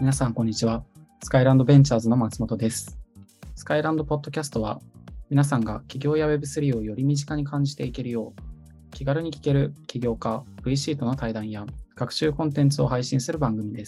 皆さん、こんにちは。スカイランドベンチャーズの松本です。スカイランドポッドキャストは、皆さんが起業や Web3 をより身近に感じていけるよう、気軽に聞ける起業家、VC との対談や学習コンテンツを配信する番組です。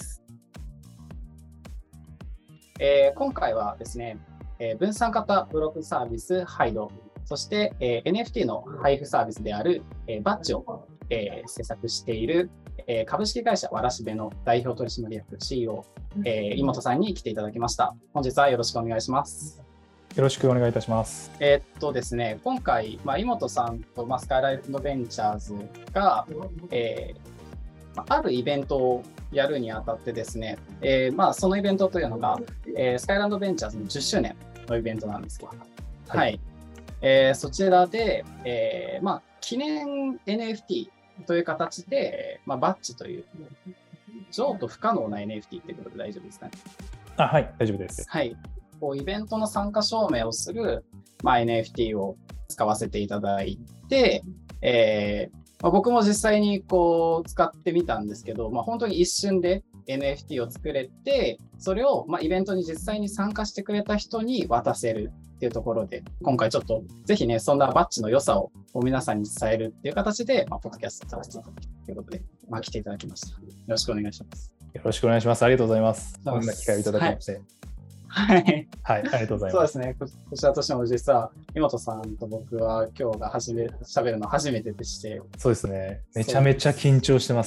今回はですね、分散型ブログサービスハイド、そして、NFT の配布サービスである、バッジを、制作している、株式会社わらしべの代表取締役 CEO、井本さんに来ていただきました。本日はよろしくお願いします。 よろしくお願いいたします。 ですね、今回、井本さんと、スカイランドベンチャーズが、あるイベントをやるにあたってですね、そのイベントというのが、スカイランドベンチャーズの10周年のイベントなんですけど、はい。そちらで、記念 NFT という形で、バッジという、譲渡不可能な NFT ってことで大丈夫ですかね。 はい、大丈夫です。 はい。イベントの参加証明をする、NFT を使わせていただいて、僕も実際に使ってみたんですけど、本当に一瞬で NFT を作れて、それをイベントに実際に参加してくれた人に渡せるっていうところで、今回ちょっとぜひね、そんなバッジの良さを皆さんに伝えるっていう形で、ポッドキャストをさせていただきということで、来ていただきました。よろしくお願いします。 よろしくお願いします。ありがとうございます。こんな機会をいただきまして。 はい。 はい、ありがとうございます。 そうですね。こちらとしても実は、井本さんと僕は今日が喋るの初めてでして。 そうですね。めちゃめちゃ緊張してます。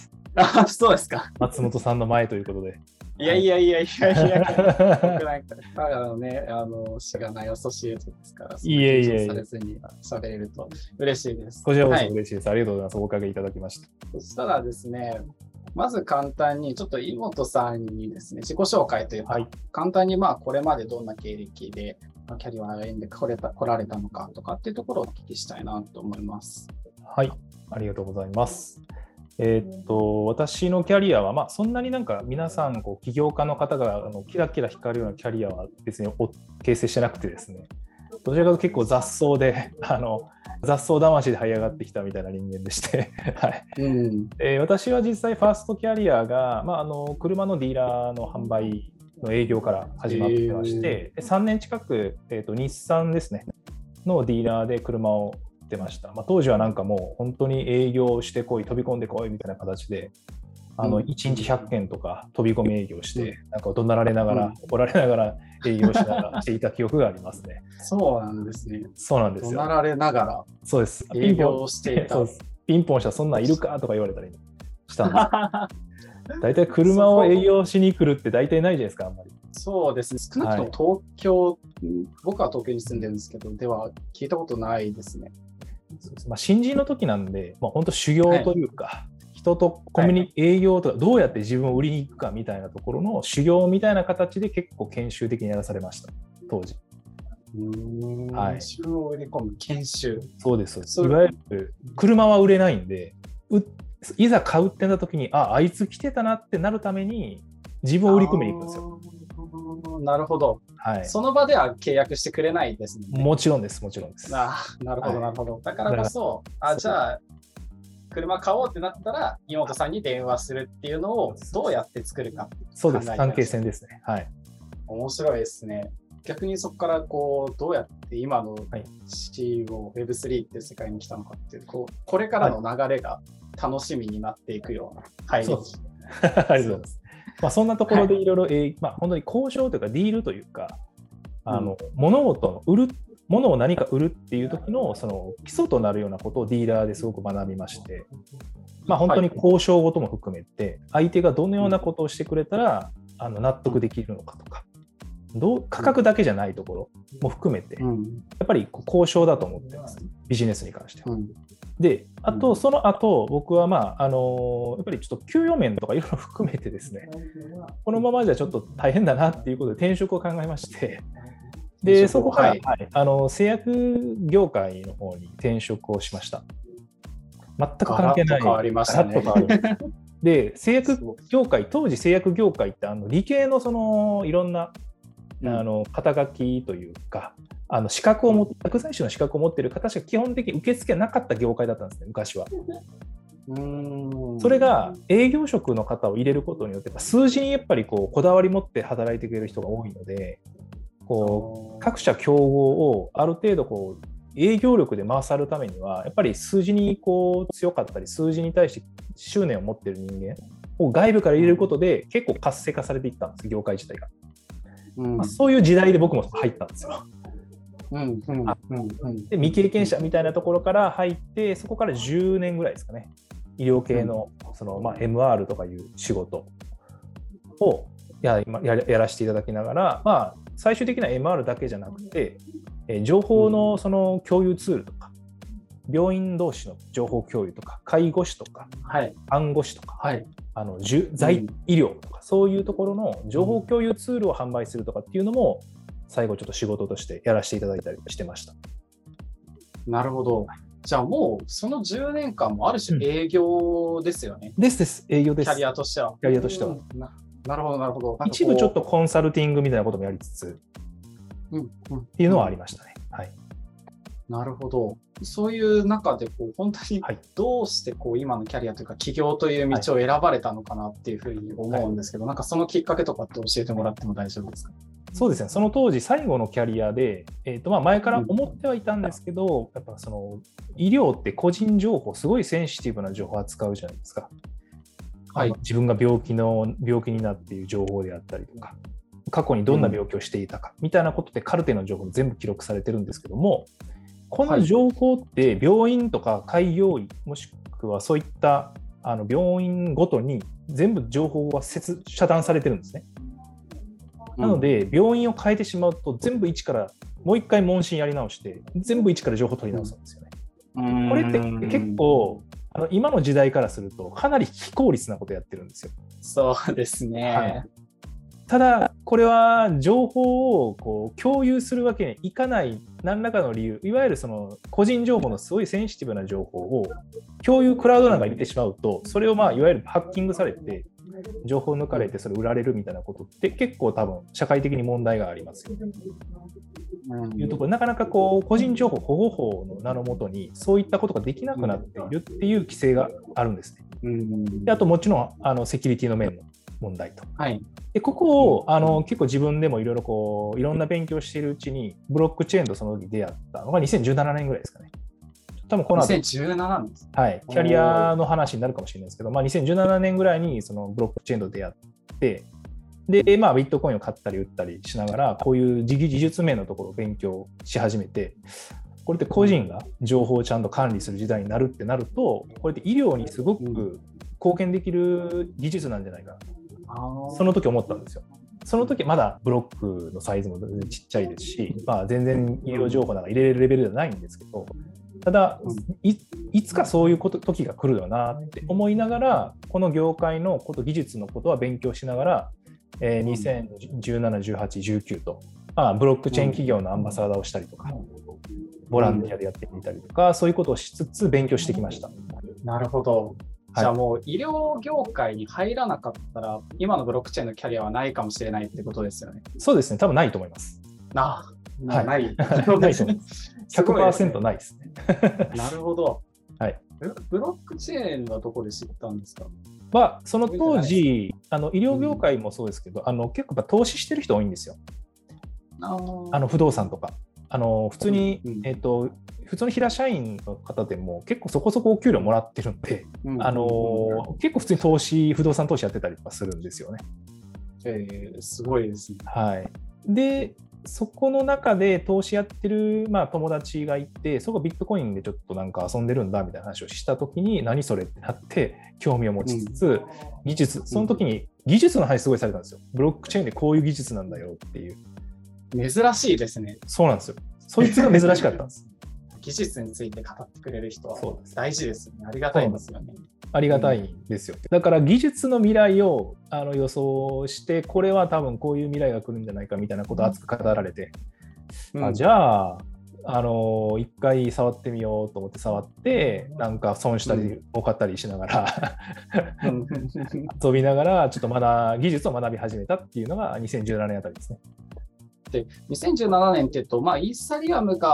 そうですか。 松本さんの前ということで。 いや、僕なんか、ただのね、しがないアソシエイトですから、緊張されずに喋れると嬉しいです。 こちらこそ嬉しいです。ありがとうございます。おかげいただきました。 そしたらですね、まず簡単にちょっと井本さんにですね、自己紹介というか、簡単にこれまでどんな経歴でキャリアを歩んで来られたのかとかっていうところをお聞きしたいなと思います。 はい、ありがとうございます。私のキャリアは、そんなに皆さん起業家の方がキラキラ光るようなキャリアは別に形成してなくてですね、どちらかというと結構雑草で雑草魂で這い上がってきたみたいな人間でしてはい私は実際ファーストキャリアが、車のディーラーの販売の営業から始まってまして、3年近く、日産ですねのディーラーで車を売ってました。当時はもう本当に営業してこい、飛び込んでこいみたいな形で1日100件とか飛び込み営業して、怒鳴られながら、怒られながら営業しながらしていた記憶がありますね。 そうなんですね。 そうなんですよ。 怒鳴られながら。 そうです。 営業していた。 ピンポンしたそんなんいるかとか言われたりしたんです。大体車を営業しに来るって大体ないじゃないですか、あんまり。 そうですね。少なくとも東京、僕は東京に住んでるんですけど、では聞いたことないですね。 そうです。新人の時なんで、本当修行というか、人とコミュニ営業とかどうやって自分を売りに行くかみたいなところの修行みたいな形で結構研修的にやらされました、当時。 自分を売り込む研修。 そうです。いわゆる車は売れないんで、いざ買うってなった時にあいつ来てたなってなるために自分を売り込みに行くんですよ。 なるほど。その場では契約してくれないですね。 もちろんです。なるほど。だからこそ、じゃあ車買おうってなったら井本さんに電話するっていうのをどうやって作るか。 そうです。関係線ですね。 面白いですね。逆にそこからどうやって今の CEO、Web3 っていう世界に来たのかっていう、これからの流れが楽しみになっていくような配慮。 ありがとうございます。そんなところでいろいろ、本当に交渉というかディールというか、物を何か売るっていう時のその基礎となるようなことをディーラーですごく学びまして、本当に交渉ごとも含めて、相手がどのようなことをしてくれたら納得できるのかとか、価格だけじゃないところも含めて、やっぱり交渉だと思ってます、ビジネスに関しては。で、その後僕はやっぱりちょっと給与面とかいろいろ含めてですね、このままじゃちょっと大変だなっていうことで転職を考えまして、でそこから製薬業界の方に転職をしました。全く関係ない。 変わりましたね。 で、製薬業界、当時製薬業界って理系のいろんな肩書きというか、資格を薬剤師の資格を持っている方しか基本的に受付はなかった業界だったんですね、昔は。 それが営業職の方を入れることによって数字にやっぱりこだわり持って働いてくれる人が多いので、各社競合をある程度営業力で回さるためにはやっぱり数字に強かったり、数字に対して執念を持っている人間を外部から入れることで結構活性化されていったんです、業界自体が。そういう時代で僕も入ったんですよ。で未経験者みたいなところから入って、そこから10年ぐらいですかね、医療系のMR とかいう仕事をやらせていただきながら、最終的な MR だけじゃなくて、情報のその共有ツールとか、病院同士の情報共有とか、介護士とか、看護師とか、在医療とか、そういうところの情報共有ツールを販売するとかっていうのも、最後ちょっと仕事としてやらせていただいたりしてました。 なるほど。じゃあもうその10年間もある種営業ですよね。 です。営業です。 キャリアとしては。なるほど、なるほど。 一部ちょっとコンサルティングみたいなこともやりつつ、っていうのはありましたね。 なるほど。そういう中で本当にどうして今のキャリアというか起業という道を選ばれたのかなっていうふうに思うんですけど、なんかそのきっかけとかって教えてもらっても大丈夫ですか？ そうですね。その当時最後のキャリアで、前から思ってはいたんですけど、やっぱその医療って個人情報、すごいセンシティブな情報を扱うじゃないですか。自分が病気になっている情報であったりとか、過去にどんな病気をしていたかみたいなことでカルテの情報全部記録されてるんですけども、この情報って病院とか開業医、もしくはそういった病院ごとに全部情報は遮断されてるんですね。なので病院を変えてしまうと全部一からもう一回問診やり直して全部一から情報を取り直すんですよね。これって結構今の時代からするとかなり非効率なことをやってるんですよ。 そうですね。 ただこれは情報を共有するわけにいかない何らかの理由、いわゆるその個人情報のすごいセンシティブな情報を共有クラウドなんかに入れてしまうと、それをいわゆるハッキングされて情報抜かれてそれ売られるみたいなことって結構多分社会的に問題がありますよね。いうところなかなか個人情報保護法の名のもとにそういったことができなくなっているっていう規制があるんですね。であともちろんセキュリティの面も問題と。でここを結構自分でもいろいろいろんな勉強しているうちにブロックチェーンとその時出会ったのが2017年ぐらいですかね。多分この後 2017年です。 キャリアの話になるかもしれないですけど、2017年ぐらいにそのブロックチェーンと出会って、で、ビットコインを買ったり売ったりしながら、こういう技術面のところを勉強し始めて、これって個人が情報をちゃんと管理する時代になるってなると、これって医療にすごく貢献できる技術なんじゃないかな、その時思ったんですよ。その時まだブロックのサイズも全然ちっちゃいですし、全然医療情報なんか入れれるレベルではないんですけど、ただ いつかそういう時が来るよなって思いながら、この業界の技術のことは勉強しながら、2017、18、19と、ブロックチェーン企業のアンバサダーをしたりとか、ボランティアでやってみたりとか、そういうことをしつつ勉強してきました。 なるほど。じゃあもう医療業界に入らなかったら、今のブロックチェーンのキャリアはないかもしれないってことですよね。 そうですね、多分ないと思います。 ない。 ないと思います。100% ないですね。 なるほど。ブロックチェーンはどこで知ったんですか？ その当時、医療業界もそうですけど、結構投資してる人多いんですよ。不動産とか。普通に、普通の平社員の方でも結構そこそこお給料もらってるんで、結構普通に不動産投資やってたりとかするんですよね。 すごいですね。 で、そこの中で投資やってる、友達がいて、そこビットコインでちょっとなんか遊んでるんだみたいな話をしたときに、何それってなって興味を持ちつつ、その時に技術の話すごいされたんですよ。ブロックチェーンでこういう技術なんだよっていう。 珍しいですね。 そうなんですよ。そいつが珍しかったんです。 技術について語ってくれる人は大事ですね。ありがたいですよね。 ありがたいんですよ。だから技術の未来を予想して、これは多分こういう未来が来るんじゃないかみたいなことを熱く語られて、じゃあ一回触ってみようと思って触って、なんか損したり儲かったりしながら遊びながらちょっと技術を学び始めたっていうのが2017年あたりですね。 で2017年っていうと、イーサリアムが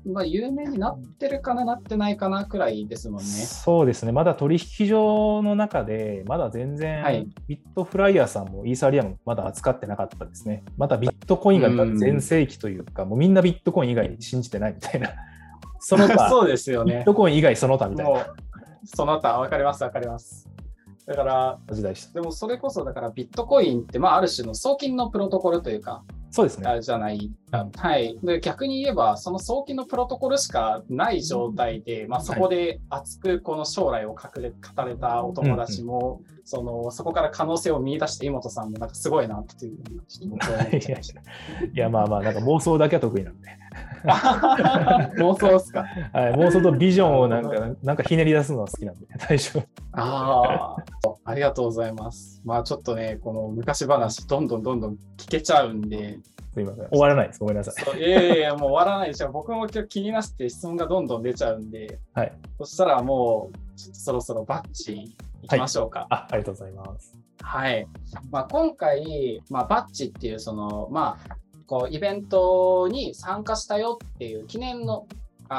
まあ、有名になってるかな、なってないかなくらいですもんね。 そうですね、まだ取引所の中で、まだ全然、ビットフライヤーさんもイーサリアムまだ扱ってなかったですね。まだビットコインが全盛期というか、もうみんなビットコイン以外に信じてないみたいな。その他、 そうですよね。 ビットコイン以外その他みたいな。 その他、わかります、わかります。だから、 時代でした。 でもそれこそ、だからビットコインって、まあ、ある種の送金のプロトコルというか、 そうですね。 じゃない。はい。で、逆に言えば、その送金のプロトコルしかない状態で、まあ、そこで熱くこの将来を語れたお友達も、そこから可能性を見出して、井本さんもなんかすごいなっていう。 いや、まあまあ、なんか妄想だけは得意なんで。 妄想ですか。 はい、妄想とビジョンをなんかひねり出すのは好きなんで、大丈夫。 ありがとうございます。まあちょっとね、この昔話、どんどん聞けちゃうんで。 すいません。終わらないです。ごめんなさい。 いやいや、もう終わらないでしょ。僕も今日気になって質問がどんどん出ちゃうんで、 はい。 そしたらもう、ちょっとそろそろバッチいきましょうか。 ありがとうございます。 はい。まあ、今回、バッチっていう、こうイベントに参加したよっていう記念の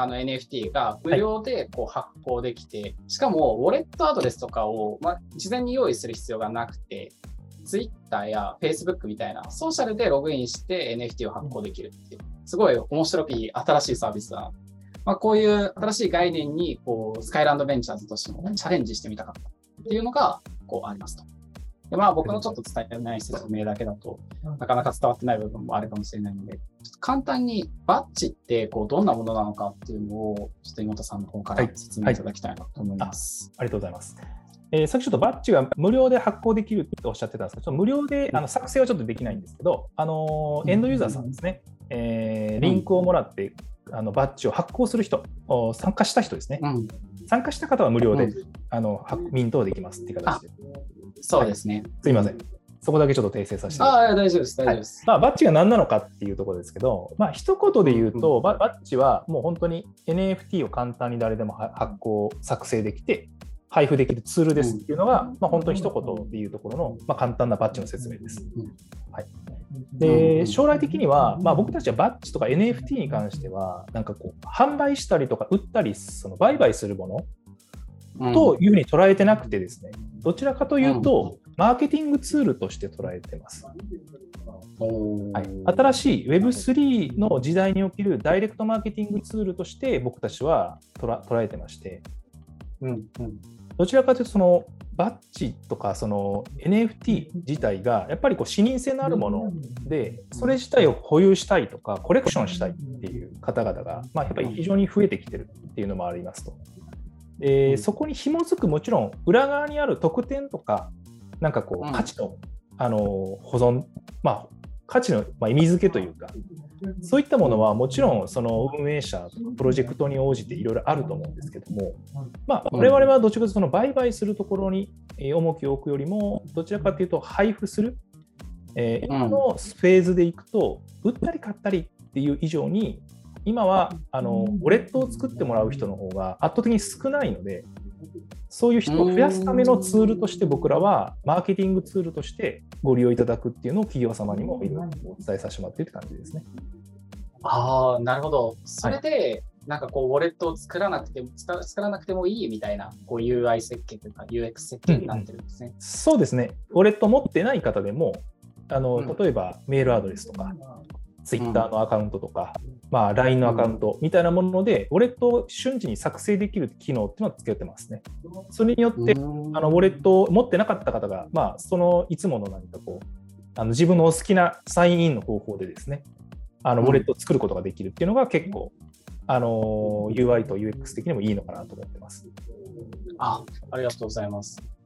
NFT が無料でこう発行できて、しかもウォレットアドレスとかを、事前に用意する必要がなくて、Twitter や Facebook みたいなソーシャルでログインして NFT を発行できるっていう、すごい面白い新しいサービスだ。こういう新しい概念にスカイランドベンチャーズとしてもチャレンジしてみたかったっていうのがありますと。で僕のちょっと伝えてない説明だけだとなかなか伝わってない部分もあるかもしれないので、ちょっと簡単にバッチってどんなものなのかっていうのをちょっと妹さんの方から説明いただきたいなと思います。 ありがとうございます。さっきちょっとバッジが無料で発行できるっておっしゃってたんですけど、無料で作成はちょっとできないんですけど、エンドユーザーさんですね、リンクをもらってバッジを発行する人、参加した人ですね、参加した方は無料で、ミントできますっていう形で。 そうですね。 すいません。そこだけちょっと訂正させて。 大丈夫です、大丈夫です。 バッジが何なのかっていうところですけど、一言で言うと、バッジはもう本当に NFT を簡単に誰でも発行、作成できて、配布できるツールですっていうのが、本当に一言でいうところの、簡単なバッジの説明です。はい、で将来的には、僕たちはバッジとか NFT に関しては、なんか販売したりとか売ったり、売買するものというふうに捉えてなくてですね、どちらかというと、マーケティングツールとして捉えてます。はい、新しい Web3 の時代におけるダイレクトマーケティングツールとして僕たちは捉えてまして、どちらかというとバッジとかNFT 自体がやっぱり視認性のあるもので、それ自体を保有したいとかコレクションしたいっていう方々がやっぱり非常に増えてきてるっていうのもありますと。そこに紐づくもちろん裏側にある特典とかなんか価値の、保存、価値の意味付けというか、そういったものはもちろんその運営者とかプロジェクトに応じていろいろあると思うんですけども、我々はどちらかというと売買するところに重きを置くよりも、どちらかというと配布する、今のフェーズでいくと売ったり買ったりっていう以上に、今はウォレットを作ってもらう人の方が圧倒的に少ないので、そういう人を増やすためのツールとして僕らはマーケティングツールとしてご利用いただくっていうのを企業様にもいろいろお伝えさせてもらっているって感じですね。 なるほど。それで、なんかウォレットを作らなくてもいいみたいなUI 設計というか UX 設計になってるんですね。 そうですね。ウォレットを持ってない方でも例えばメールアドレスとか、Twitter のアカウントとか、LINE のアカウントみたいなもので、ウォレットを瞬時に作成できる機能っていうのをつけてますね。それによって、ウォレットを持ってなかった方が、いつもの何か自分のお好きなサインインの方法でですね、ウォレットを作ることができるっていうのが結構、UI と UX 的にもいいのかなと思ってます。 ありがとうございます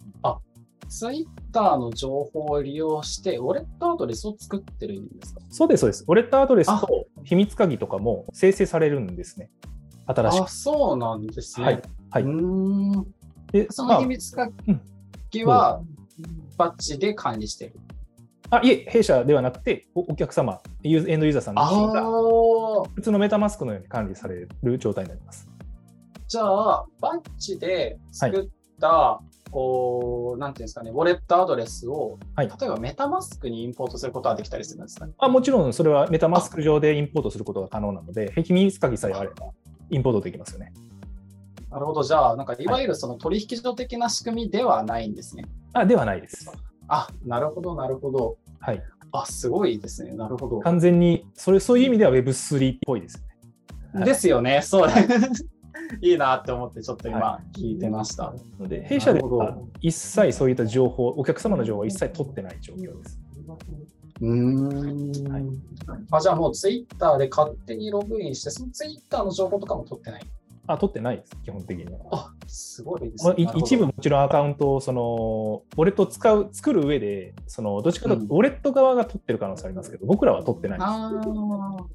。Twitter の情報を利用してウォレットアドレスを作ってるんですか？ そうです、そうです。ウォレットアドレスと秘密鍵とかも生成されるんですね。新しく。 そうなんですね。 はい。 でその秘密鍵はバッジで管理してる？ いえ、弊社ではなくてお客様、エンドユーザーさん自身が普通のメタマスクのように管理される状態になります。 じゃあ、バッジで作った、 こう、なんていうんですかね、ウォレットアドレスを、 はい、 例えばメタマスクにインポートすることはできたりするんですかね。 もちろんそれはメタマスク上でインポートすることが可能なので、壁密鍵さえあればインポートできますよね。 なるほど。じゃあ、なんかいわゆるその取引所的な仕組みではないんですね。 ではないです。 なるほど、なるほど。 はい。 すごいですね。なるほど。 完全に、そういう意味では Web3 っぽいですね。 はい、ですよね。そう。いいなって思ってちょっと今聞いてました。 ので弊社では一切そういった情報、お客様の情報は一切取ってない状況です。 じゃあもうツイッターで勝手にログインして、そのツイッターの情報とかも取ってない？ 取ってないです、基本的には。 すごいですね。 一部もちろんアカウントをウォレットを作る上で、どっちかというとウォレット側が取ってる可能性ありますけど、僕らは取ってないです。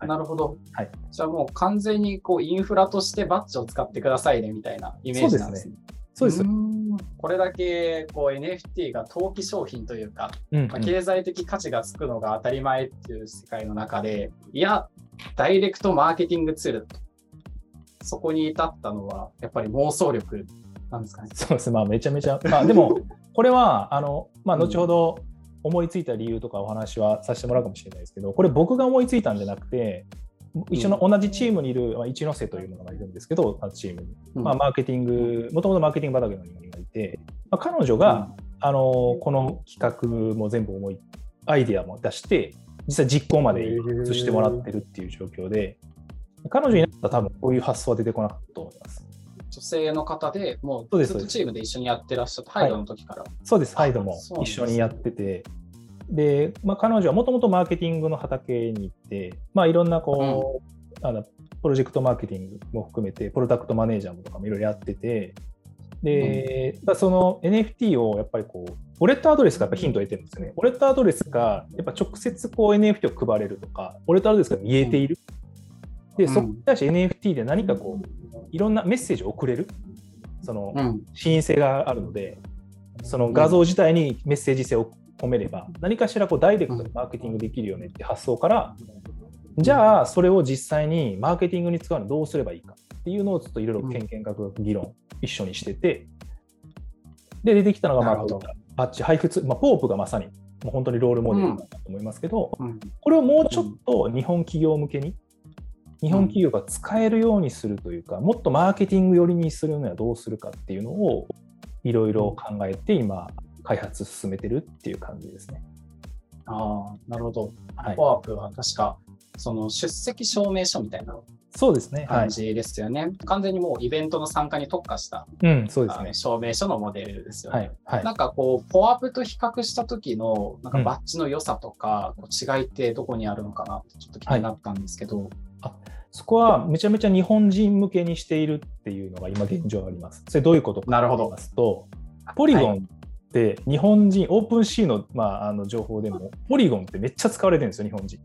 なるほど。 はい、 じゃあもう完全にこうインフラとしてバッジを使ってくださいねみたいなイメージなんですね。 そうですね。 これだけこう NFT が投機商品というか、経済的価値がつくのが当たり前っていう世界の中で、ダイレクトマーケティングツールと。そこに至ったのは、やっぱり妄想力なんですかね。 そうですね。めちゃめちゃ。でも、これは、後ほど思いついた理由とかお話はさせてもらうかもしれないですけど、これ僕が思いついたんじゃなくて、一緒の同じチームにいる、一ノ瀬というのがいるんですけど、チームに。マーケティング、もともとマーケティング畑の人間がいて、彼女が、この企画も全部アイディアも出して、実際実行まで移してもらってるっていう状況で、彼女になったら多分こういう発想は出てこなかったと思います。 女性の方でもうずっとチームで一緒にやってらっしゃって、ハイドの時から。 そうです、ハイドも一緒にやってて、で、彼女はもともとマーケティングの畑に行って、いろんなプロジェクトマーケティングも含めて、プロダクトマネージャーとかもいろいろやってて、で、その NFT をやっぱりウォレットアドレスがやっぱヒントを得てるんですよね。ウォレットアドレスがやっぱ直接NFT を配れるとか、ウォレットアドレスが見えている。で、そこに対して NFT で何かいろんなメッセージを送れる、視認性があるので、その画像自体にメッセージ性を込めれば、何かしらダイレクトにマーケティングできるよねって発想から、じゃあそれを実際にマーケティングに使うのはどうすればいいかっていうのをちょっといろいろ研究学議論一緒にしてて、で出てきたのがバッジ配布、ポープがまさにもう本当にロールモデルだと思いますけど、これをもうちょっと日本企業向けに、日本企業が使えるようにするというか、もっとマーケティング寄りにするにはどうするかっていうのをいろいろ考えて今開発進めてるっていう感じですね。 なるほど。ポアップは確かその出席証明書みたいな感じですよね。完全にもうイベントの参加に特化した、 そうですね、 証明書のモデルですよね。なんかポアップと比較した時のなんかバッジの良さとか、違いってどこにあるのかなってちょっと気になったんですけど。 そこはめちゃめちゃ日本人向けにしているっていうのが今現状あります。それどういうことかと言いますと、ポリゴンって日本人、オープンシーの、情報でもポリゴンってめっちゃ使われてるんですよ、日本人。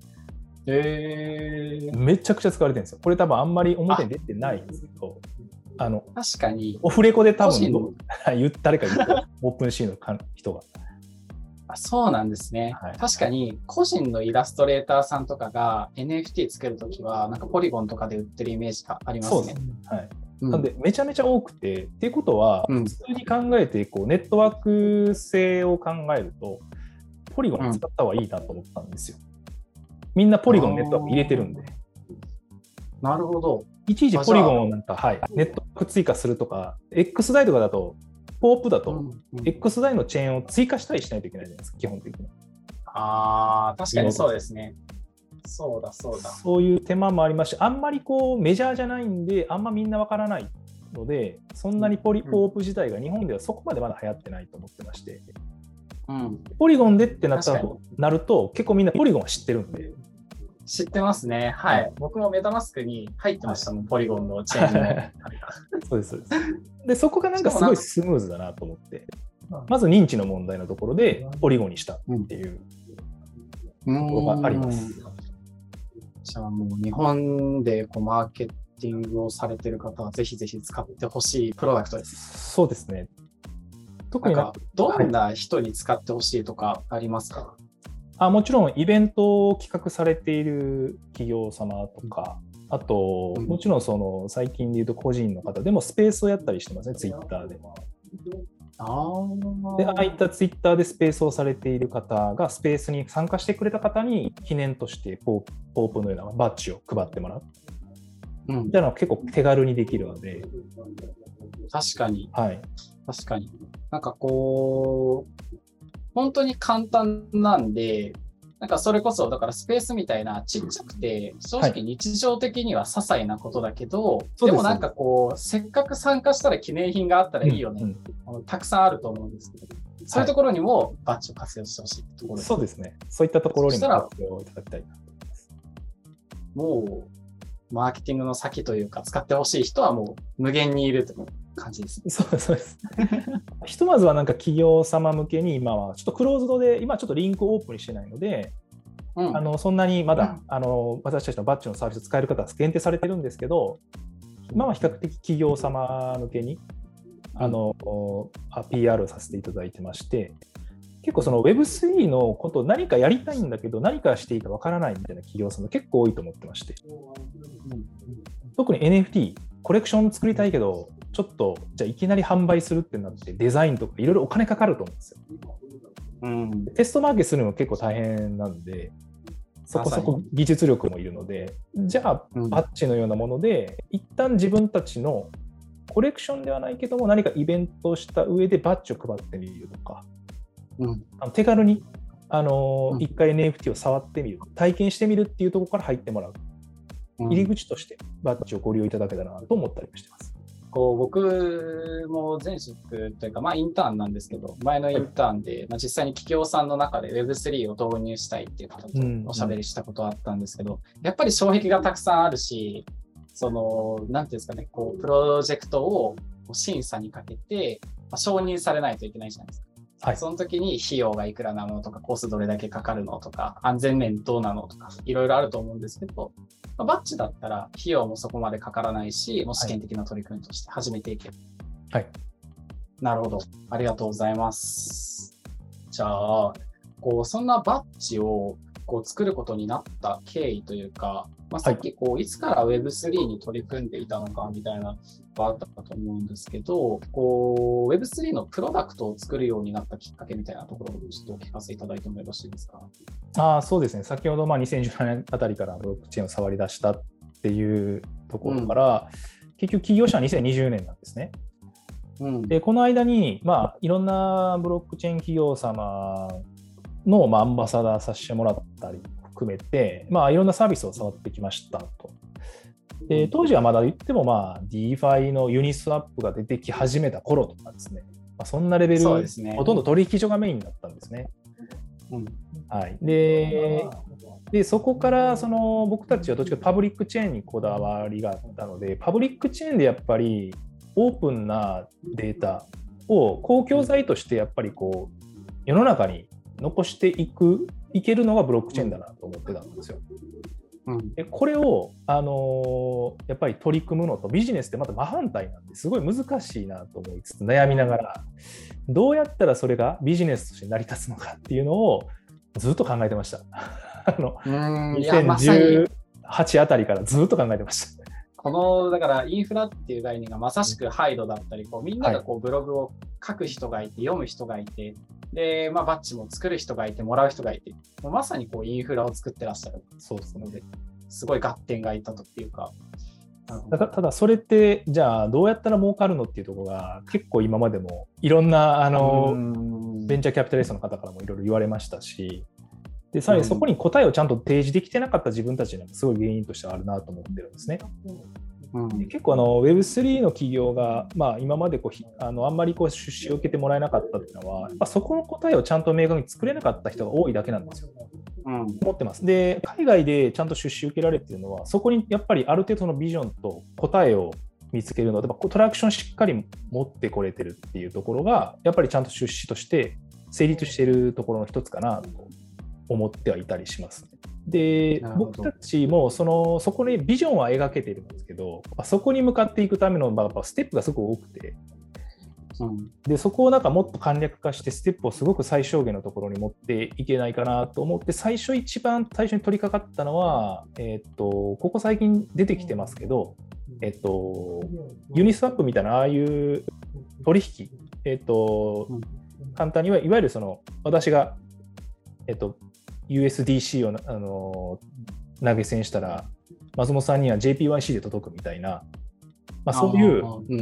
めちゃくちゃ使われてるんですよ。これ多分あんまり表に出てないんですけど、 確かにオフレコで多分誰か言ったオープンシーの人が。 そうなんですね。確かに個人のイラストレーターさんとかが NFT 作るときはなんかポリゴンとかで売ってるイメージがありますね。なんでめちゃめちゃ多くて、っていうことは普通に考えてネットワーク性を考えるとポリゴン使った方がいいなと思ったんですよ。みんなポリゴンネットワーク入れてるんで。なるほど。 いちいちポリゴンをなんか、ネットワーク追加するとか、X 代とかだと、ポープだと、X 代のチェーンを追加したりしないといけないじゃないですか、基本的に。 確かにそうですね。そうだ。 そういう手間もありますし、あんまりメジャーじゃないんで、あんまみんなわからないので、そんなにポープ自体が日本ではそこまでまだ流行ってないと思ってまして。ポリゴンでってなると、結構みんなポリゴンは知ってるんで。 知ってますね。僕もメタマスクに入ってましたもん、ポリゴンのチェーンの。 そうです。で、そこがなんかすごいスムーズだなと思って、まず認知の問題のところでポリゴンにしたっていうところがあります。 じゃあもう日本でマーケティングをされている方はぜひぜひ使ってほしいプロダクトです。 そうですね。 特にどんな人に使ってほしいとかありますか？ もちろんイベントを企画されている企業様とか、あと、もちろん最近でいうと個人の方でもスペースをやったりしてますね、ツイッターで。 で、ああいったツイッターでスペースをされている方が、スペースに参加してくれた方に記念としてポープのようなバッジを配ってもらう。みたいなのが結構手軽にできるので。 確かに。 はい。 確かに。なんかこう、本当に簡単なんで、なんかそれこそ、だからスペースみたいなちっちゃくて、正直日常的には些細なことだけど、でもなんかこう、せっかく参加したら記念品があったらいいよね。たくさんあると思うんですけど、そういうところにもバッジを活用してほしいところです。 そうですね。そういったところにも活用いただきたいなと思います。 もう、マーケティングの先というか、使ってほしい人はもう無限にいるという感じです。 そうです。ひとまずはなんか企業様向けに今はちょっとクローズドで、今ちょっとリンクオープンにしてないので、そんなにまだ、私たちのバッジのサービスを使える方は限定されてるんですけど、今は比較的企業様向けにPR をさせていただいてまして、結構その Web3 のことを何かやりたいんだけど、何からしていいかわからないみたいな企業さんが結構多いと思ってまして、特に NFT、コレクション作りたいけど、ちょっとじゃあいきなり販売するってなってデザインとかいろいろお金かかると思うんですよ。テストマーケするのも結構大変なんで、そこそこ技術力もいるので、じゃあバッジのようなもので、一旦自分たちのコレクションではないけども何かイベントをした上でバッジを配ってみるとか、手軽に一回 NFT を触ってみる、体験してみるっていうところから入ってもらう、入り口としてバッジをご利用いただけたらなと思ったりもしてます。 こう僕も前職というか、インターンなんですけど、前のインターンで、実際に企業さんの中で Web3 を導入したいっていう方とおしゃべりしたことはあったんですけど、やっぱり障壁がたくさんあるし、なんていうんですかね、こうプロジェクトを審査にかけて、承認されないといけないじゃないですか。その時に費用がいくらなのとか、コストどれだけかかるのとか、安全面どうなのとか、いろいろあると思うんですけど、バッジだったら費用もそこまでかからないし、もう試験的な取り組みとして始めていける。 はい。 なるほど。ありがとうございます。じゃあ、そんなバッジを作ることになった経緯というか、さっきいつから Web3 に取り組んでいたのかみたいなのがあったかと思うんですけど、Web3 のプロダクトを作るようになったきっかけみたいなところをちょっとお聞かせいただいてもよろしいですか？ そうですね。先ほど2017年あたりからブロックチェーンを触り出したっていうところから、結局起業したのは2020年なんですね。でこの間に、いろんなブロックチェーン企業様の、アンバサダーさせてもらったり含めて、いろんなサービスを触ってきましたと。で当時はまだ言っても、DeFi のユニスワップが出てき始めた頃とかですね、そんなレベル、ほとんど取引所がメインだったんですね。はい、でそこから僕たちはどっちかパブリックチェーンにこだわりがあったので、パブリックチェーンでやっぱりオープンなデータを公共財としてやっぱり世の中に残していけるのがブロックチェーンだなと思ってたんですよ。でこれを、やっぱり取り組むのとビジネスってまた真反対なんですごい難しいなと思いつつ悩みながら、どうやったらそれがビジネスとして成り立つのかっていうのをずっと考えてました。2018あたりからずっと考えてました。 だからインフラっていう概念がまさしくハイドだったり、みんながブログを書く人がいて、読む人がいて、で、バッジも作る人がいて、もらう人がいて、もうまさにインフラを作ってらっしゃる。そうですので、すごい合点がいったとっていうか。 ただそれってじゃあどうやったら儲かるのっていうところが結構今までもいろんなベンチャーキャピタリストの方からもいろいろ言われましたし、でさらにそこに答えをちゃんと提示できてなかった自分たちにはすごい原因としてあるなと思ってるんですね。結構Web3 の企業が、今まであんまり出資を受けてもらえなかったっていうのは、そこの答えをちゃんと明確に作れなかった人が多いだけなんですよ。思ってます。で、海外でちゃんと出資を受けられているのは、そこにやっぱりある程度のビジョンと答えを見つけるので、トラクションしっかり持ってこれてるっていうところが、やっぱりちゃんと出資として成立しているところの一つかなと思ってはいたりします。で僕たちもそこにビジョンは描けているんですけど、そこに向かっていくためのステップがすごく多くて、でそこをもっと簡略化してステップをすごく最小限のところに持っていけないかなと思って、一番最初に取り掛かったのは、ここ最近出てきてますけど、ユニスワップみたいなああいう取引簡単にはいわゆるその私が、USDC を、投げ銭したら松本さんには JPYC で届くみたいな、そういう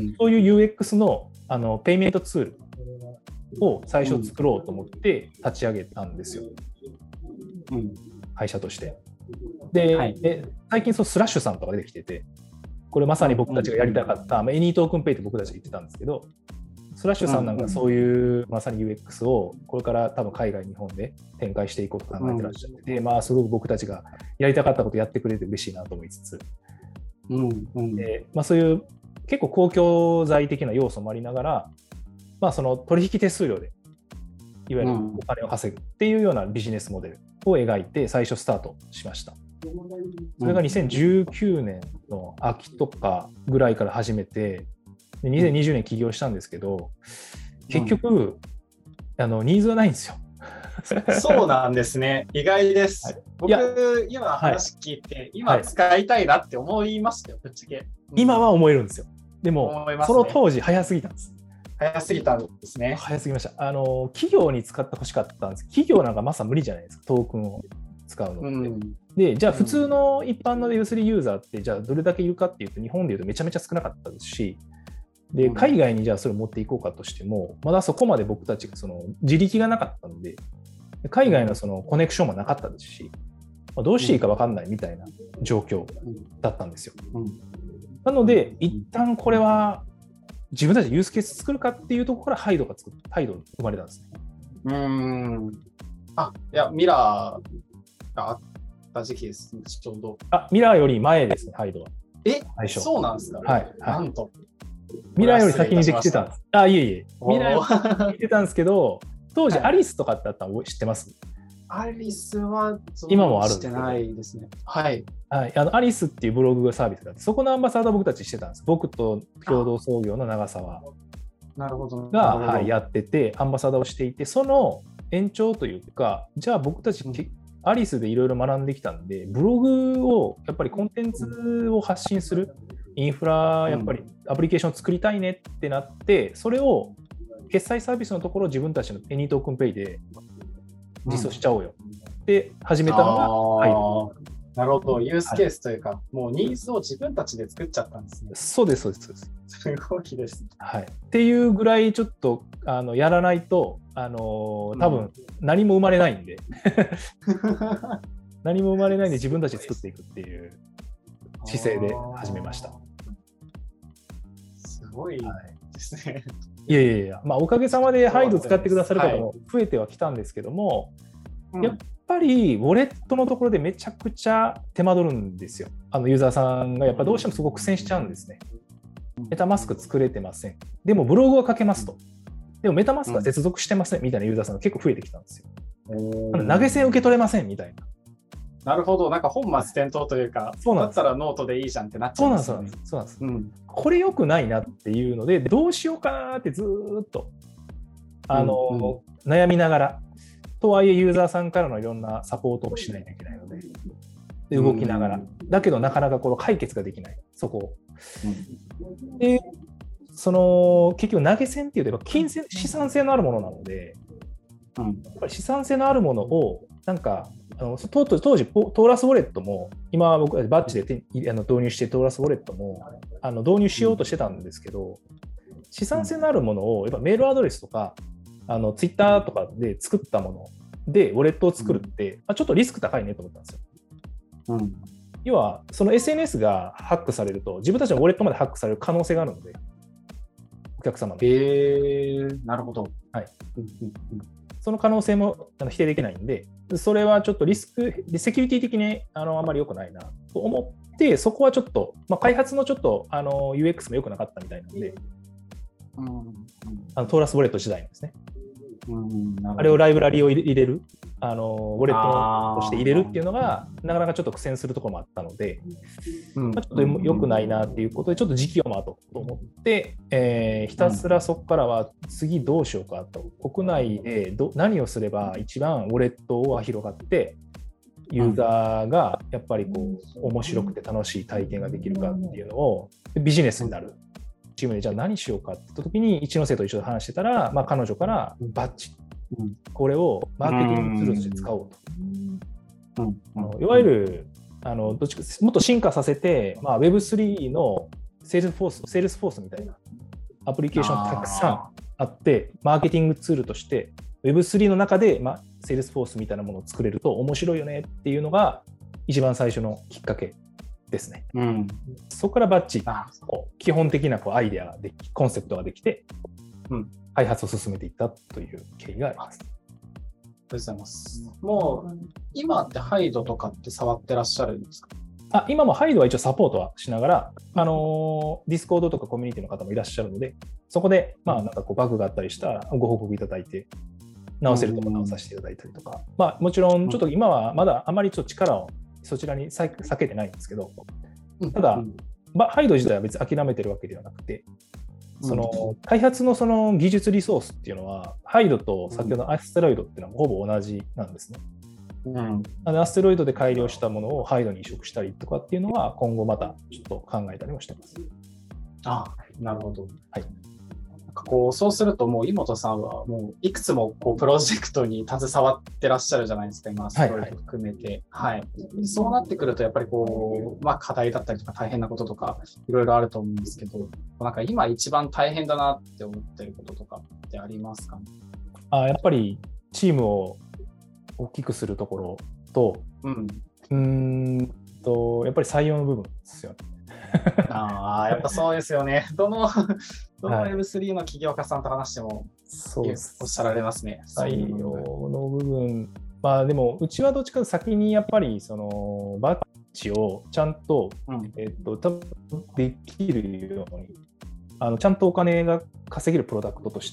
UX の、ペイメントツールを最初作ろうと思って立ち上げたんですよ、会社として。で、最近スラッシュさんとか出てきてて、これまさに僕たちがやりたかった、エニートークンペイって僕たちが言ってたんですけど、スラッシュさんなんかそういうまさに UX をこれから多分海外、日本で展開していこうと考えてらっしゃってて、すごく僕たちがやりたかったことやってくれて嬉しいなと思いつつ、でそういう結構公共財的な要素もありながら、その取引手数料でいわゆるお金を稼ぐっていうようなビジネスモデルを描いて最初スタートしました。それが2019年の秋とかぐらいから始めて、2020年起業したんですけど、結局、ニーズがないんですよ。 そうなんですね。意外です。僕、今話聞いて、今使いたいなって思いましたよ、ぶっちゃけ。 今は思えるんですよ。でも、その当時、早すぎたんです。 早すぎたんですね。 早すぎました。企業に使ってほしかったんです。企業なんかまさ無理じゃないですか、トークンを使うのって。で、じゃあ普通の一般の Web3 ユーザーって、じゃあどれだけいるかっていうと、日本でいうとめちゃめちゃ少なかったですし、で、海外にじゃあそれを持っていこうかとしても、まだそこまで僕たちがその自力がなかったので、海外のそのコネクションもなかったですし、どうしていいか分かんないみたいな状況だったんですよ。なので、一旦これは自分たちでユースケース作るかっていうところからハイドが生まれたんですね。 いや、ミラーがあった時期です、ちょうど。 ミラーより前ですね、ハイドは。 そうなんですか。なんと。 ミラーより先にできてたんです。いえいえ。ミラーより先にできてたんですけど、当時アリスとかってあったの知ってます？ アリスは今もあるんですけど。してないですね。 アリスっていうブログサービスがあって、そこのアンバサダー僕たちしてたんです。僕と共同創業の長澤がやってて、アンバサダーをしていて、その延長というか、じゃあ僕たちアリスでいろいろ学んできたんで、ブログをやっぱりコンテンツを発信する、インフラ、やっぱりアプリケーションを作りたいねってなって、それを決済サービスのところを自分たちのエニートークンペイで実装しちゃおうよって始めたのが、 なるほど、ユースケースというか、もうニーズを自分たちで作っちゃったんですね。 そうです。 すごいです。 っていうぐらいちょっとやらないと多分何も生まれないんで何も生まれないんで自分たちで作っていくっていう姿勢で始めました。 すごいですね。 いや、おかげさまでハイド使ってくださる方も増えてはきたんですけども、やっぱりウォレットのところでめちゃくちゃ手間取るんですよ。ユーザーさんがやっぱどうしてもすごく苦戦しちゃうんですね。メタマスク作れてません。でもブログは書けますと。でもメタマスクは接続してませんみたいなユーザーさんが結構増えてきたんですよ。投げ銭受け取れませんみたいな。 なるほど、なんか本末転倒というか、だったらノートでいいじゃんってなっちゃうんですよね。 そうなんです。これ良くないなっていうので、どうしようかなってずっと悩みながら、とはいえユーザーさんからのいろんなサポートをしないといけないので、動きながら、だけどなかなかこの解決ができない、そこを。で、結局投げ銭っていうと資産性のあるものなので、やっぱり資産性のあるものをなんか当時トーラスウォレットも今僕はバッチで導入してトーラスウォレットも導入しようとしてたんですけど、資産性のあるものをやっぱメールアドレスとかツイッターとかで作ったものでウォレットを作るって、ちょっとリスク高いねと思ったんですよ。要はその SNS がハックされると自分たちのウォレットまでハックされる可能性があるので、お客様の。 なるほど。 その可能性も否定できないんで、それはちょっとセキュリティ的にあんまり良くないなと思って、そこはちょっと、開発のちょっとUX も良くなかったみたいなので、トーラスウォレット時代なんですね。あれをライブラリを入れる、ウォレットとして入れるっていうのが、なかなかちょっと苦戦するところもあったので、ちょっと良くないなっていうことで、ちょっと時期を待とうと思って、ひたすらそこからは次どうしようかと、国内で何をすれば一番ウォレットは広がって、ユーザーがやっぱり面白くて楽しい体験ができるかっていうのをビジネスになる。 チームでじゃあ何しようかって言った時に一ノ瀬と一緒で話してたら、まあ、彼女からバッジ、これをマーケティングツールとして使おうと。いわゆるどっちかもっと進化させて、まあ、Web3 のセールスフォースみたいなアプリケーションたくさんあって、マーケティングツールとして Web3 の中で、まあ、セールスフォースみたいなものを作れると面白いよねっていうのが一番最初のきっかけですね。そこからバッチ基本的なアイデアができ、コンセプトができて、開発を進めていったという経緯があります。 ありがとうございます。もう今ってハイドとかって触ってらっしゃるんですか？ 今もハイドは一応サポートはしながら、ディスコードとかコミュニティの方もいらっしゃるので、そこでまあなんかバグがあったりしたらご報告いただいて、直せるとこ直させていただいたりとか、まあもちろんちょっと今はまだあまりちょっと力をそちらに避けてないんですけど、ただ、ハイド自体は別に諦めてるわけではなくて、その開発のその技術リソースっていうのは、ハイドと先ほどのアステロイドっていうのはほぼ同じなんですね。アステロイドで改良したものをハイドに移植したりとかっていうのは、今後またちょっと考えたりもしてます。 なるほど。 はい。 そうすると、もう井本さんはもういくつもプロジェクトに携わってらっしゃるじゃないですか、今、ストロイド含めて。そうなってくると、やっぱり課題だったりとか大変なこととか、いろいろあると思うんですけど、なんか今一番大変だなって思ってることとかってありますかね？ やっぱりチームを大きくするところと、やっぱり採用の部分ですよね。 やっぱそうですよね。どの Web3 の起業家さんと話しても、おっしゃられますね。 採用の部分、でもうちはどっちかと先にやっぱりそのバッジをちゃんと、できるように、ちゃんとお金が稼げるプロダクトとして、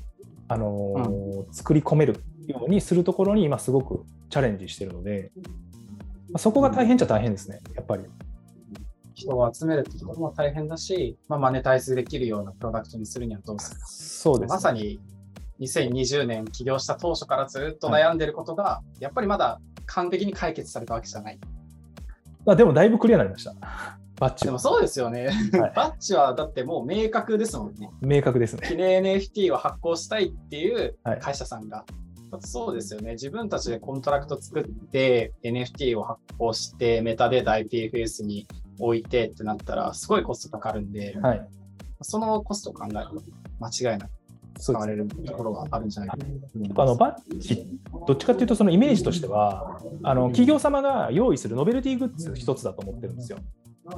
作り込めるようにするところに今すごくチャレンジしているので、そこが大変っちゃ大変ですね、やっぱり。 人を集めるってところも大変だし、マネタイズできるようなプロダクトにするにはどうするか。 そうですね。 まさに2020年起業した当初からずっと悩んでることが、やっぱりまだ完璧に解決されたわけじゃない。 でもだいぶクリアになりました。バッジは。 でもそうですよね。バッジはだってもう明確ですもんね。 明確ですね。 記念 NFT を発行したいっていう会社さんが。そうですよね。自分たちでコントラクト作って NFT を発行してメタデータ IPFS に置いてってなったらすごいコストかかるんで、そのコストを考えると間違いなく使われるところがあるんじゃないかな。 バッジ、どっちかというとそのイメージとしては企業様が用意するノベルティグッズ一つだと思ってるんですよ。な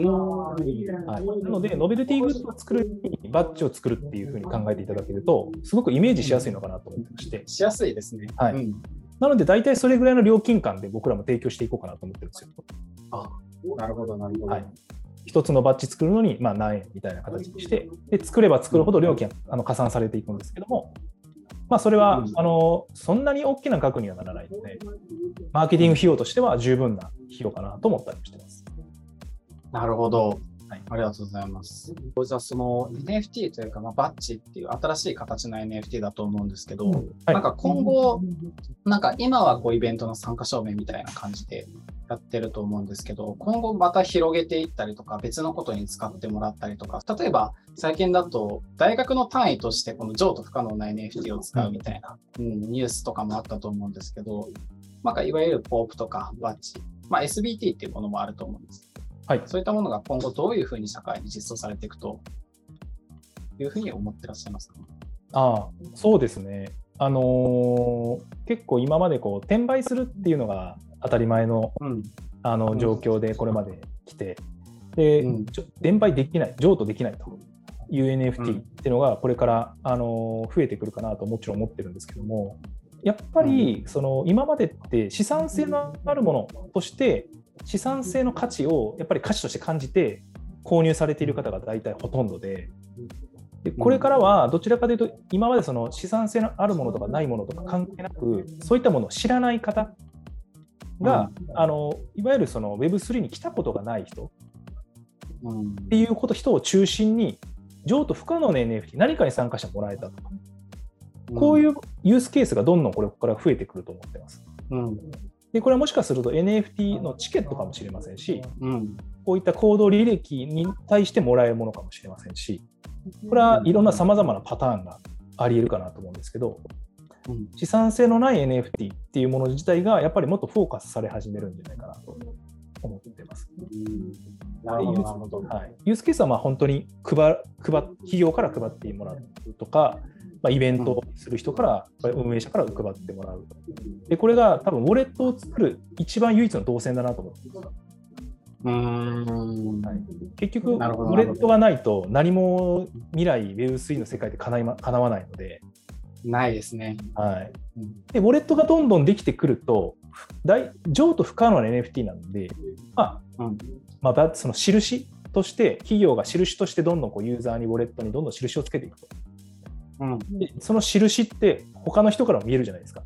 のでノベルティグッズを作るにバッジを作るっていうふうに考えていただけるとすごくイメージしやすいのかなと思ってまして、 しやすいですね。 なので大体それぐらいの料金感で僕らも提供していこうかなと思ってるんですよ。 なるほどなるほど。 一つのバッジ作るのに何円みたいな形にして、で作れば作るほど料金加算されていくんですけども、それはそんなに大きな額にはならないので、マーケティング費用としては十分な費用かなと思ったりしています。 なるほど。ありがとうございます。じゃあその NFT というか、バッジっていう新しい形の NFT だと思うんですけど、なんか今後、なんか今はイベントの参加証明みたいな感じでやってると思うんですけど、今後また広げていったりとか、別のことに使ってもらったりとか、例えば最近だと大学の単位としてこの譲渡不可能な NFT を使うみたいな、ニュースとかもあったと思うんですけど、なんかいわゆるポープとかバッジ、SBT っていうものもあると思うんです。そういったものが今後どういうふうに社会に実装されていくというふうに思ってらっしゃいますか？ そうですね。結構今まで転売するっていうのが当たり前の、状況でこれまで来て、で、転売できない、譲渡できないという NFT っていうのがこれから増えてくるかなともちろん思ってるんですけども、やっぱりその今までって資産性のあるものとして資産性の価値をやっぱり価値として感じて購入されている方が大体ほとんどで、これからはどちらかというと今までその資産性のあるものとかないものとか関係なく、そういったものを知らない方が、いわゆるその Web3 に来たことがない人っていう人を中心に譲渡不可能な NFT 何かに参加してもらえたとか、こういうユースケースがどんどんこれから増えてくると思ってます。 でこれはもしかすると NFT のチケットかもしれませんし、 うん、 こういった行動履歴に対してもらえるものかもしれませんし、これはいろんなさまざまなパターンがあり得るかなと思うんですけど、資産性のない NFT っていうもの自体がやっぱりもっとフォーカスされ始めるんじゃないかなと思っています。 なるほど、なるほど。 はい、ユースケースはまあ本当に企業から配ってもらうとか、まあ、イベントをする人から、運営者から配ってもらう。でこれが多分ウォレットを作る一番唯一の動線だなと思ってます。はい、結局ウォレットがないと何も未来 Web3 の世界で叶わないので。 ないですね。 はい、でウォレットがどんどんできてくると譲渡不可能な NFT なので、その印として企業が印としてどんどんこうユーザーにウォレットにどんどん印をつけていくと、でその印って他の人からも見えるじゃないですか。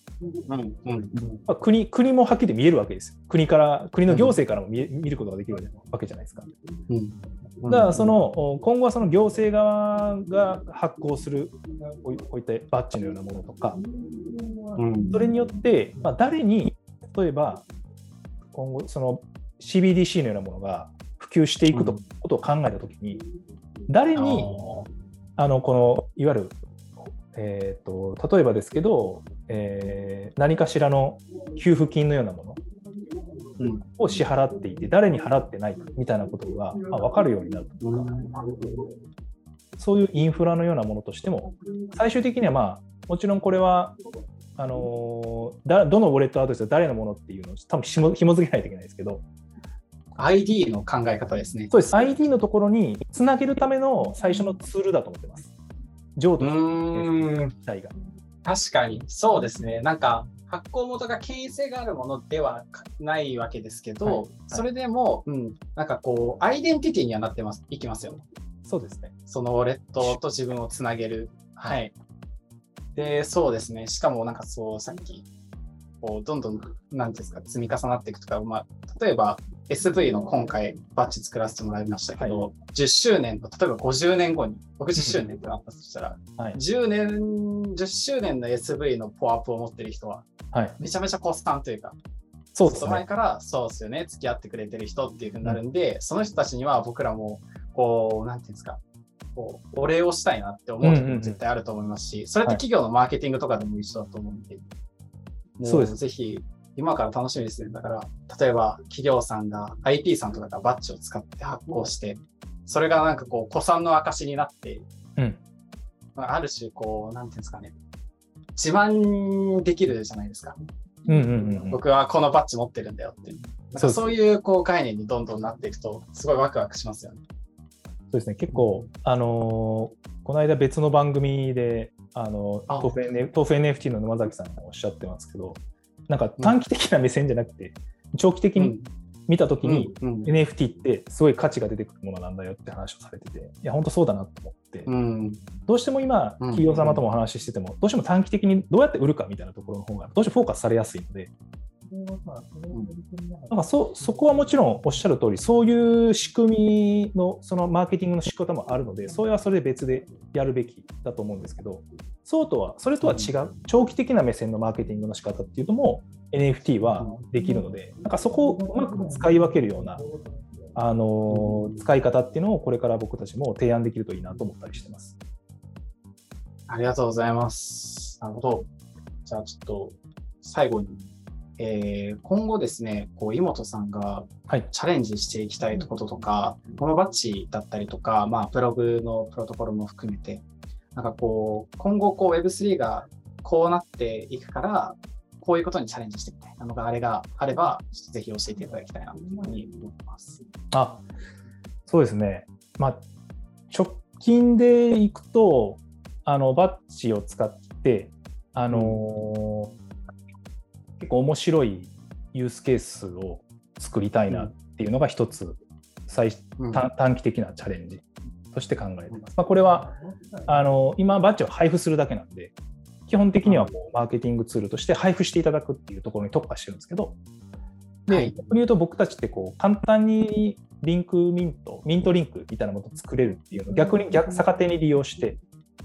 国もはっきり見えるわけですよ。国の行政からも見ることができるわけじゃないですか。だから今後はその行政側が発行するこういったバッジのようなものとか、それによって、誰に例えば今後その CBDC のようなものが普及していくことを考えたときに、誰にこのいわゆる例えばですけど、何かしらの給付金のようなものを支払っていて、誰に払ってないかみたいなことが分かるようになるとか、そういうインフラのようなものとしても、最終的にはもちろんこれはどのウォレットアドレスが誰のものっていうのを多分紐付けないといけないですけど、 ID の考え方ですね。 そうです。ID のところにつなげるための最初のツールだと思ってます。譲渡自体が。 確かにそうですね。なんか発行元が権威性があるものではないわけですけど、それでも、なんかこうアイデンティティにはなっていきますよ。 そうですね。 そのウォレットと自分をつなげる。はい。で、そうですね。しかもなんかさっきこうどんどんなんですか積み重なっていくとか、例えば SV の今回バッジ作らせてもらいましたけど、10周年と例えば50年後に60周年ってなったとしたら、10周年の SV のポアップを持ってる人は、めちゃめちゃコスタンというか、 そうですね、 前からそうですよね、付き合ってくれてる人っていう風になるんで、その人たちには僕らもこうなんていうんですか、こうお礼をしたいなって思う時も絶対あると思いますし、それって企業のマーケティングとかでも一緒だと思うんで、もうぜひ今から楽しみですね。だから例えば企業さんが IP さんとかがバッジを使って発行して、それがなんかこう古参の証になって、ある種こうなんていうんですかね、自慢できるじゃないですか。僕はこのバッジ持ってるんだよって。そういうこう概念にどんどんなっていくとすごいワクワクしますよね。 そうですね。結構この間別の番組で豆腐 NFT の沼崎さんがおっしゃってますけど、なんか短期的な目線じゃなくて、長期的に見たときに、NFT ってすごい価値が出てくるものなんだよって話をされてて、いや本当そうだなと思って、どうしても今企業様ともお話ししてても、どうしても短期的にどうやって売るかみたいなところの方がどうしてもフォーカスされやすいので、なんかそこはもちろんおっしゃる通り、そういう仕組みのそのマーケティングの仕方もあるので、それはそれで別でやるべきだと思うんですけど、それとは違う長期的な目線のマーケティングの仕方っていうのも NFT はできるので、なんかそこをうまく使い分けるような使い方っていうのをこれから僕たちも提案できるといいなと思ったりしてます。 ありがとうございます。なるほど。じゃあちょっと最後に、今後ですね、こう井本さんがチャレンジしていきたいこととか、このバッジだったりとか、プログのプロトコルも含めて、なんかこう今後こう Web3 がこうなっていくから、こういうことにチャレンジしてみたいなのがあれば、ちょっとぜひ教えていただきたいなというふうに思います。 そうですね。直近でいくと、バッジを使って、結構面白いユースケースを作りたいなっていうのが一つ、短期的なチャレンジとして考えています。これは今バッジを配布するだけなんで、基本的にはこうマーケティングツールとして配布していただくっていうところに特化してるんですけど、で、逆に言うと僕たちってこう簡単にミントリンクみたいなものを作れるっていうのを逆手に利用して、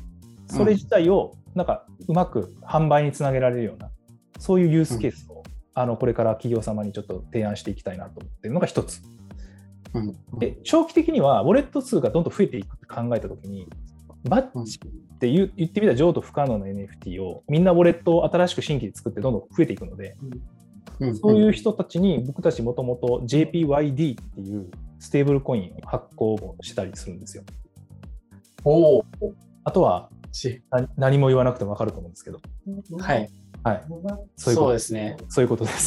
それ自体をなんかうまく販売につなげられるような、そういうユースケースをこれから企業様にちょっと提案していきたいなと思っているのが一つ。で、長期的にはウォレット数がどんどん増えていくって考えたときに、バッチって言ってみたら譲渡不可能な NFT をみんなウォレットを新しく新規で作ってどんどん増えていくので、そういう人たちに僕たちもともと JPYD っていうステーブルコインを発行をしたりするんですよ。あとは何も言わなくても分かると思うんですけど。 はい。 はい。 そうですね。 そういうことです。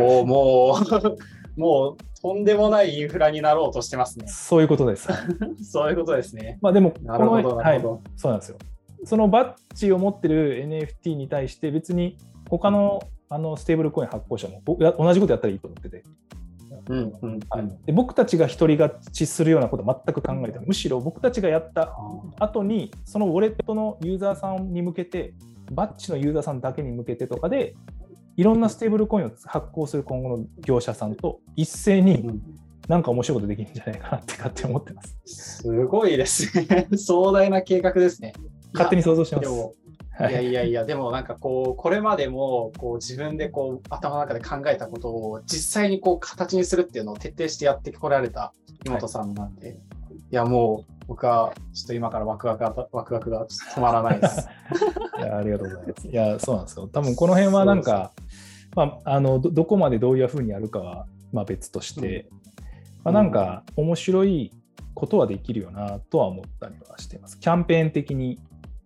もうとんでもないインフラになろうとしてますね。 そういうことです。 そういうことですね。 まあでも、 なるほど、なるほど。 そうなんですよ。そのバッジを持ってる NFT に対して別に他のステーブルコイン発行者も同じことやったらいいと思ってて。で僕たちが一人勝ちするようなことは全く考えてない。むしろ僕たちがやった後にそのウォレットのユーザーさんに向けて、バッジのユーザーさんだけに向けてとかでいろんなステーブルコインを発行する今後の業者さんと一斉になんか面白いことできるんじゃないかなって勝手に思ってます。 すごいですね。壮大な計画ですね。 勝手に想像してます。 いや、でもなんかこれまでも自分で頭の中で考えたことを実際に形にするっていうのを徹底してやってこられた井本さんなんで、いやもう僕はちょっと今からワクワクが止まらないです。 いや、ありがとうございます。いや、そうなんですよ。多分この辺はなんか、どこまでどういうふうにやるかは別として、なんか面白いことはできるよなとは思ったりはしています。キャンペーン的に。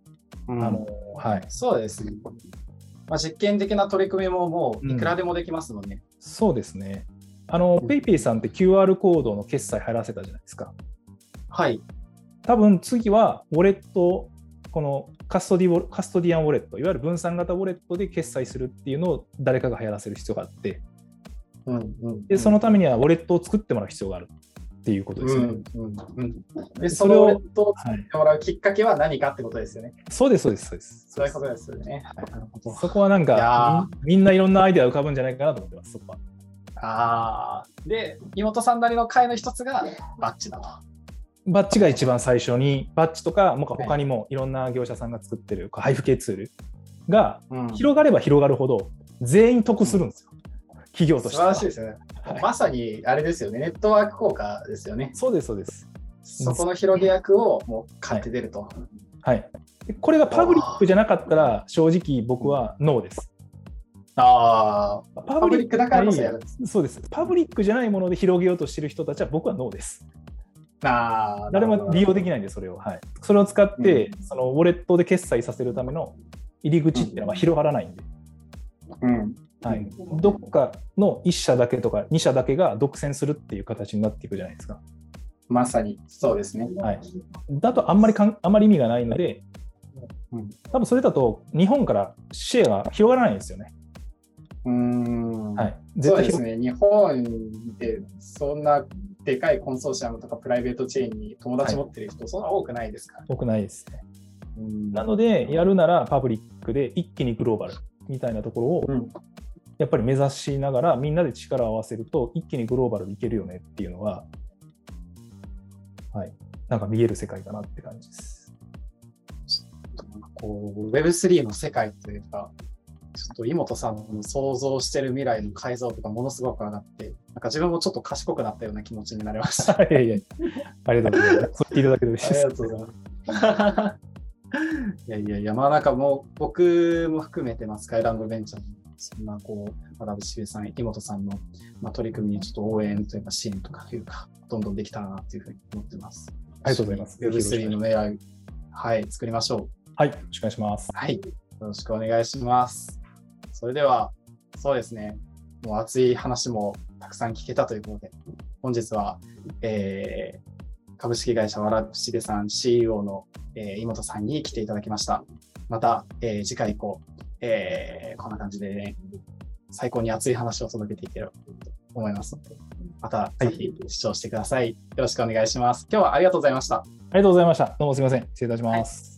そうですね。実験的な取り組みももういくらでもできますので、 そうですね。PayPay さんって QR コードの決済入らせたじゃないですか。 はい。 多分次はウォレット、このカストディアンウォレット、いわゆる分散型ウォレットで決済するっていうのを誰かが流行らせる必要があって、でそのためにはウォレットを作ってもらう必要があるっていうことですね。 でそのウォレットを作ってもらうきっかけは何かってことですよね。 そうです。 そういうことですよね。 そこはなんかみんないろんなアイデア浮かぶんじゃないかなと思ってます、そこは。 で、妹さんなりの会の一つがバッジだと。 バッジが一番最初に、バッジとか、他にもいろんな業者さんが作ってる配布系ツールが広がれば広がるほど全員得するんですよ、企業としては。 素晴らしいですよね。まさにあれですよね、ネットワーク効果ですよね。 そうです。 そこの広げ役をもう買って出ると。 これがパブリックじゃなかったら、正直僕はノーです。 パブリックだからこそやるんです。 そうです。パブリックじゃないもので広げようとしている人たちは僕はノーです。誰も利用できないんで、それを。それを使って、そのウォレットで決済させるための入り口っていうのは広がらないんで。どこかの1社だけとか2社だけが独占するっていう形になっていくじゃないですか。 まさにそうですね。 だとあんまり意味がないので、多分それだと日本からシェアが広がらないんですよね。 そうですね。日本でそんなでかいコンソーシアムとかプライベートチェーンに友達持ってる人、そんな多くないですから。 多くないですね。なので、やるならパブリックで一気にグローバルみたいなところをやっぱり目指しながら、みんなで力を合わせると一気にグローバルでいけるよねっていうのは、なんか見える世界かなって感じです。 Web3 の世界というか、ちょっと井本さんの想像してる未来の解像度がものすごく上がって、なんか自分もちょっと賢くなったような気持ちになりました。 ありがとうございます。そう言っていただける嬉しいです。 ありがとうございます。なんかもう僕も含めてスカイランドベンチャーのそんな渡辺さん、井本さんの取り組みにちょっと応援というか支援とかというか、どんどんできたらなというふうに思ってます。 ありがとうございます。 Web3 の未来、作りましょう。 よろしくお願いします。 よろしくお願いします。それでは、そうですね、もう熱い話もたくさん聞けたということで、本日は、株式会社わらしべさん CEO の、井本さんに来ていただきました。また、次回以降、こんな感じで、ね、最高に熱い話を届けていければと思いますので、またぜひ視聴してください。よろしくお願いします。今日はありがとうございました。 ありがとうございました。どうもすみません。失礼いたします。